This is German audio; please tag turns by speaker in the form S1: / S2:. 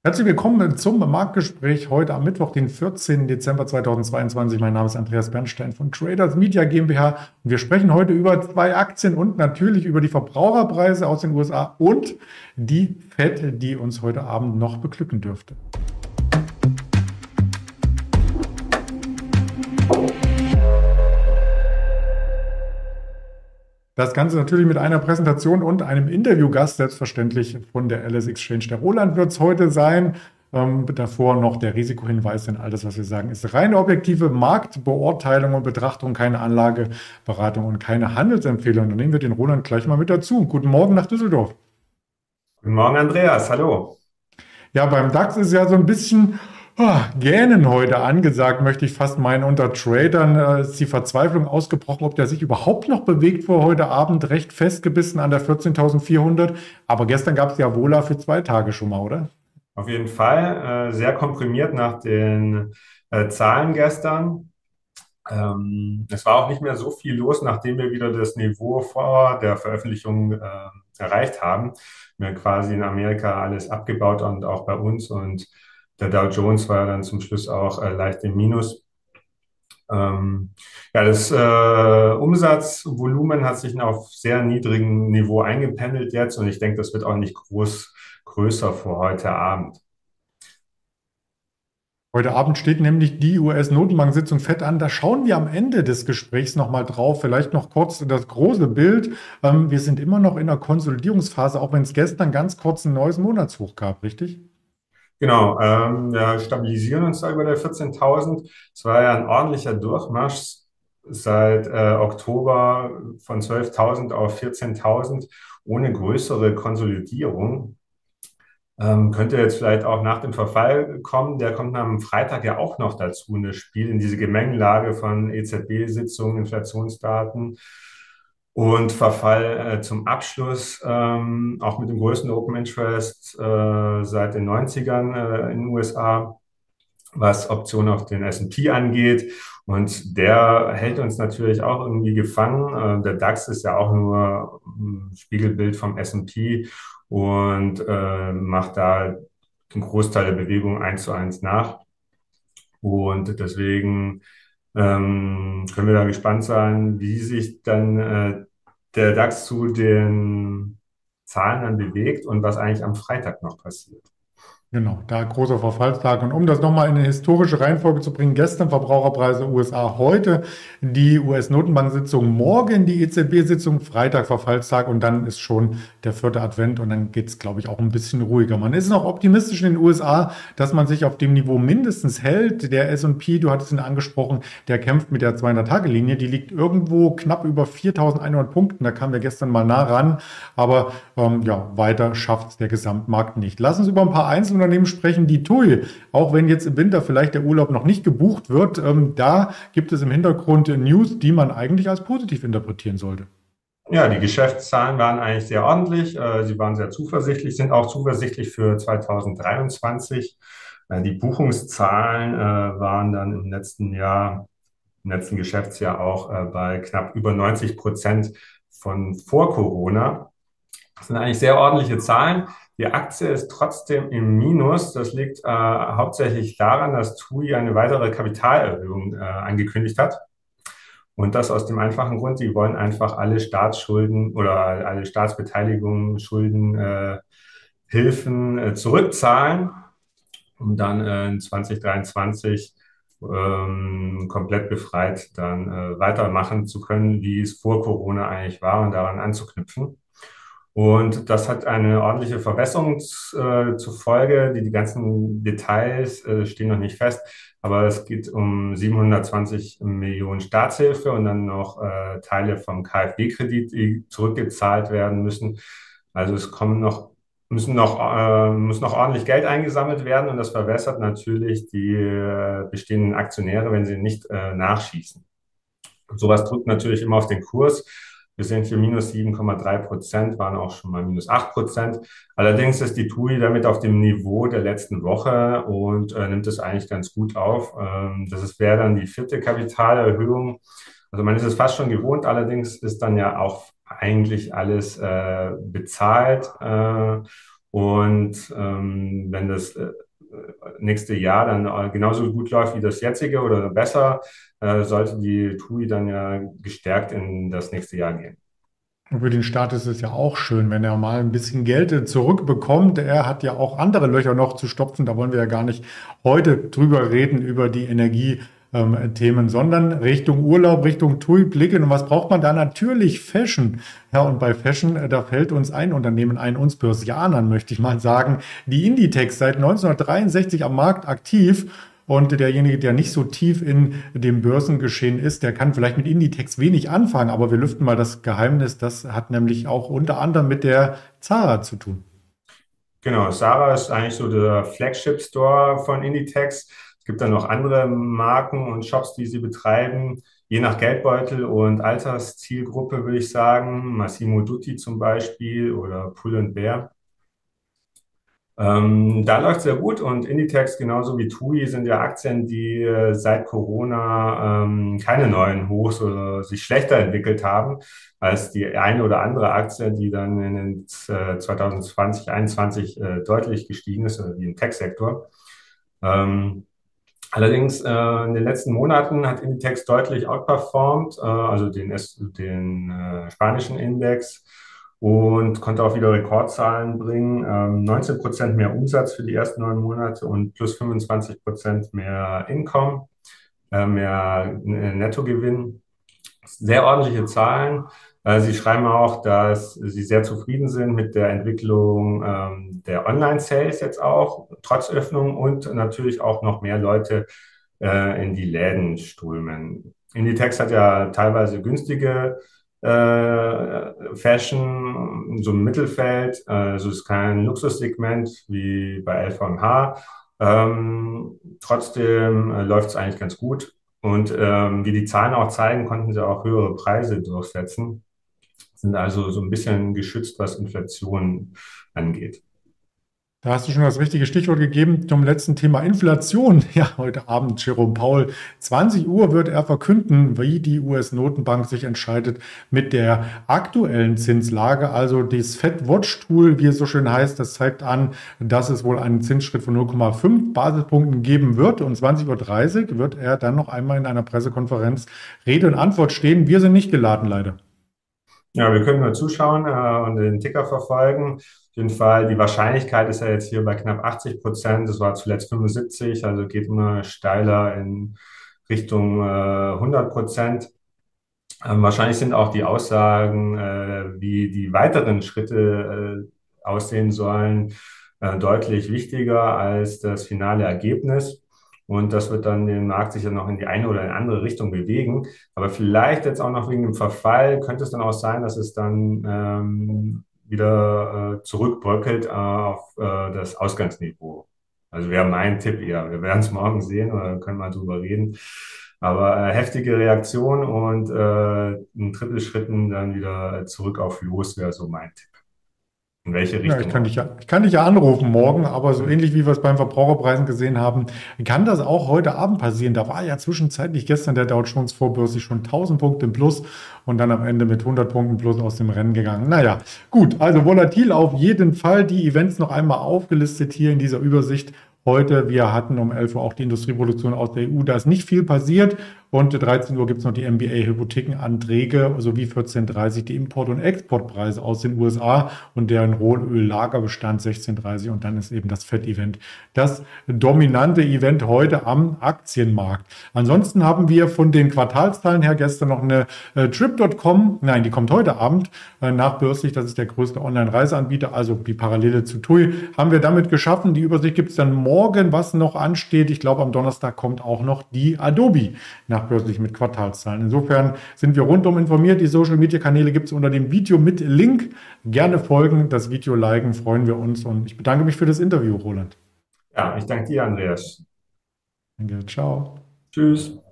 S1: Herzlich willkommen zum Marktgespräch heute am Mittwoch, den 14. Dezember 2022. Mein Name ist Andreas Bernstein von Traders Media GmbH und wir sprechen heute über zwei Aktien und natürlich über die Verbraucherpreise aus den USA und die Fed, die uns heute Abend noch beglücken dürfte. Das Ganze natürlich mit einer Präsentation und einem Interviewgast, selbstverständlich von der LS Exchange. Der Roland wird es heute sein. Davor noch der Risikohinweis, denn alles, was wir sagen, ist reine objektive Marktbeurteilung und Betrachtung, keine Anlageberatung und keine Handelsempfehlung. Dann nehmen wir den Roland gleich mal mit dazu. Guten Morgen nach Düsseldorf.
S2: Guten Morgen, Andreas. Hallo.
S1: Ja, beim DAX ist ja so ein bisschen Gähnen heute angesagt, möchte ich fast meinen. Unter Tradern ist die Verzweiflung ausgebrochen, ob der sich überhaupt noch bewegt vor heute Abend. Recht festgebissen an der 14.400. Aber gestern gab es ja Vola für 2 Tage schon mal, oder?
S2: Auf jeden Fall sehr komprimiert nach den Zahlen gestern. Es war auch nicht mehr so viel los, nachdem wir wieder das Niveau vor der Veröffentlichung erreicht haben. Wir haben quasi in Amerika alles abgebaut und auch bei uns. Und der Dow Jones war dann zum Schluss auch leicht im Minus. Ja, das Umsatzvolumen hat sich auf sehr niedrigem Niveau eingependelt jetzt und ich denke, das wird auch nicht groß größer für heute Abend.
S1: Heute Abend steht nämlich die US-Notenbank-Sitzung FED an. Da schauen wir am Ende des Gesprächs nochmal drauf. Vielleicht noch kurz das große Bild. Wir sind immer noch in der Konsolidierungsphase, auch wenn es gestern ganz kurz ein neues Monatshoch gab, richtig?
S2: Genau, wir stabilisieren uns da über der 14.000. Es war ja ein ordentlicher Durchmarsch seit Oktober von 12.000 auf 14.000 ohne größere Konsolidierung. Könnte jetzt vielleicht auch nach dem Verfall kommen. Der kommt am Freitag ja auch noch dazu in das Spiel, in diese Gemengelage von EZB-Sitzungen, Inflationsdaten und Verfall zum Abschluss, auch mit dem größten Open Interest seit den 90ern in den USA, was Optionen auf den S&P angeht. Und der hält uns natürlich auch irgendwie gefangen. Der DAX ist ja auch nur ein Spiegelbild vom S&P und macht da den Großteil der Bewegung 1:1 nach. Und deswegen können wir da gespannt sein, wie sich dann der DAX zu den Zahlen dann bewegt und was eigentlich am Freitag noch passiert.
S1: Genau, da großer Verfallstag. Und um das nochmal in eine historische Reihenfolge zu bringen, gestern Verbraucherpreise USA, heute die US-Notenbank-Sitzung, morgen die EZB-Sitzung, Freitag Verfallstag und dann ist schon der 4. Advent und dann geht es, glaube ich, auch ein bisschen ruhiger. Man ist noch optimistisch in den USA, dass man sich auf dem Niveau mindestens hält. Der S&P, du hattest ihn angesprochen, der kämpft mit der 200-Tage-Linie, die liegt irgendwo knapp über 4.100 Punkten. Da kamen wir gestern mal nah ran, aber ja, weiter schafft es der Gesamtmarkt nicht. Lass uns über ein paar Einzelunternehmen sprechen. Die TUI, auch wenn jetzt im Winter vielleicht der Urlaub noch nicht gebucht wird, da gibt es im Hintergrund News, die man eigentlich als positiv interpretieren sollte.
S2: Ja, die Geschäftszahlen waren eigentlich sehr ordentlich. Sie waren sehr zuversichtlich, sind auch zuversichtlich für 2023. Die Buchungszahlen waren dann im letzten Jahr, im letzten Geschäftsjahr auch bei knapp über 90% von vor Corona. Das sind eigentlich sehr ordentliche Zahlen. Die Aktie ist trotzdem im Minus. Das liegt hauptsächlich daran, dass TUI eine weitere Kapitalerhöhung angekündigt hat. Und das aus dem einfachen Grund, sie wollen einfach alle Staatsschulden oder alle Staatsbeteiligungen, Schulden, Hilfen zurückzahlen, um dann in 2023 komplett befreit dann weitermachen zu können, wie es vor Corona eigentlich war und daran anzuknüpfen. Und das hat eine ordentliche Verbesserung zur Folge. Die ganzen Details stehen noch nicht fest, aber es geht um 720 Millionen Staatshilfe und dann noch Teile vom KfW-Kredit, die zurückgezahlt werden müssen. Also es kommen noch, muss noch ordentlich Geld eingesammelt werden und das verwässert natürlich die bestehenden Aktionäre, wenn sie nicht nachschießen. Und sowas drückt natürlich immer auf den Kurs. Wir sind für minus 7,3%, waren auch schon mal minus 8%. Allerdings ist die TUI damit auf dem Niveau der letzten Woche und nimmt es eigentlich ganz gut auf. Wäre dann die vierte Kapitalerhöhung. Also man ist es fast schon gewohnt, allerdings ist dann ja auch eigentlich alles bezahlt. Und wenn das nächste Jahr dann genauso gut läuft wie das jetzige oder besser, sollte die TUI dann ja gestärkt in das nächste Jahr gehen.
S1: Und für den Staat ist es ja auch schön, wenn er mal ein bisschen Geld zurückbekommt. Er hat ja auch andere Löcher noch zu stopfen. Da wollen wir ja gar nicht heute drüber reden, über die Energiethemen, sondern Richtung Urlaub, Richtung TUI blicken. Und was braucht man da? Natürlich Fashion. Ja, und bei Fashion, da fällt uns ein Unternehmen ein, uns Börsianern, möchte ich mal sagen. Die Inditex, seit 1963 am Markt aktiv. Und derjenige, der nicht so tief in dem Börsengeschehen ist, der kann vielleicht mit Inditex wenig anfangen, aber wir lüften mal das Geheimnis. Das hat nämlich auch unter anderem mit der Zara zu tun.
S2: Genau, Zara ist eigentlich so der Flagship-Store von Inditex. Es gibt dann noch andere Marken und Shops, die sie betreiben, je nach Geldbeutel und Alterszielgruppe, würde ich sagen. Massimo Dutti zum Beispiel oder Pull&Bear. Da läuft sehr gut und Inditex genauso wie TUI sind ja Aktien, die seit Corona keine neuen Hochs oder sich schlechter entwickelt haben als die eine oder andere Aktie, die dann in den 2020, 2021 deutlich gestiegen ist, wie im Tech-Sektor. Ähm, Allerdings in den letzten Monaten hat Inditex deutlich outperformed, also den spanischen Index und konnte auch wieder Rekordzahlen bringen. 19% mehr Umsatz für die ersten 9 Monate und plus 25% mehr Income, mehr Nettogewinn. Sehr ordentliche Zahlen. Sie schreiben auch, dass Sie sehr zufrieden sind mit der Entwicklung der Online-Sales jetzt auch, trotz Öffnung und natürlich auch noch mehr Leute in die Läden strömen. Inditex hat ja teilweise günstige Fashion, so im Mittelfeld. Also es ist kein Luxussegment wie bei LVMH. Trotzdem läuft es eigentlich ganz gut. Und wie die Zahlen auch zeigen, konnten sie auch höhere Preise durchsetzen, sind also so ein bisschen geschützt, was Inflation angeht.
S1: Da hast du schon das richtige Stichwort gegeben zum letzten Thema Inflation. Ja, heute Abend, Jerome Powell, 20 Uhr wird er verkünden, wie die US-Notenbank sich entscheidet mit der aktuellen Zinslage. Also das Fed-Watch-Tool, wie es so schön heißt, das zeigt an, dass es wohl einen Zinsschritt von 0,5 Basispunkten geben wird. Und 20:30 Uhr wird er dann noch einmal in einer Pressekonferenz Rede und Antwort stehen. Wir sind nicht geladen, leider.
S2: Ja, wir können nur zuschauen und den Ticker verfolgen. Auf jeden Fall, die Wahrscheinlichkeit ist ja jetzt hier bei knapp 80%. Das war zuletzt 75, also geht immer steiler in Richtung 100%. Wahrscheinlich sind auch die Aussagen, wie die weiteren Schritte aussehen sollen, deutlich wichtiger als das finale Ergebnis. Und das wird dann den Markt sicher noch in die eine oder in andere Richtung bewegen. Aber vielleicht jetzt auch noch wegen dem Verfall könnte es dann auch sein, dass es dann wieder zurückbröckelt auf das Ausgangsniveau. Also wäre mein Tipp eher. Wir werden es morgen sehen oder können mal drüber reden. Aber heftige Reaktion und in Trippelschritten dann wieder zurück auf Los wäre so mein Tipp. In welche
S1: Ja,
S2: Richtung auch.
S1: ich kann dich ja anrufen morgen, aber so ähnlich wie wir es beim Verbraucherpreisen gesehen haben, kann das auch heute Abend passieren. Da war ja zwischenzeitlich gestern der Dow Jones vorbörslich schon 1000 Punkte im Plus und dann am Ende mit 100 Punkten plus aus dem Rennen gegangen. Naja, gut, also volatil auf jeden Fall. Die Events noch einmal aufgelistet hier in dieser Übersicht. Heute, wir hatten um 11 Uhr auch die Industrieproduktion aus der EU, da ist nicht viel passiert. Und 13 Uhr gibt es noch die MBA-Hypothekenanträge sowie 14:30 Uhr die Import- und Exportpreise aus den USA und deren Rohöllagerbestand 16:30 Uhr. Und dann ist eben das FED-Event das dominante Event heute am Aktienmarkt. Ansonsten haben wir von den Quartalszahlen her gestern noch eine Trip.com, nein, die kommt heute Abend nachbörslich, das ist der größte Online-Reiseanbieter, also die Parallele zu TUI, haben wir damit geschaffen. Die Übersicht gibt es dann morgen, was noch ansteht. Ich glaube, am Donnerstag kommt auch noch die Adobe nachbörslich mit Quartalszahlen. Insofern sind wir rundum informiert. Die Social-Media-Kanäle gibt es unter dem Video mit Link. Gerne folgen, das Video liken, freuen wir uns. Und ich bedanke mich für das Interview, Roland.
S2: Ja, ich danke dir, Andreas.
S1: Danke, ciao.
S2: Tschüss.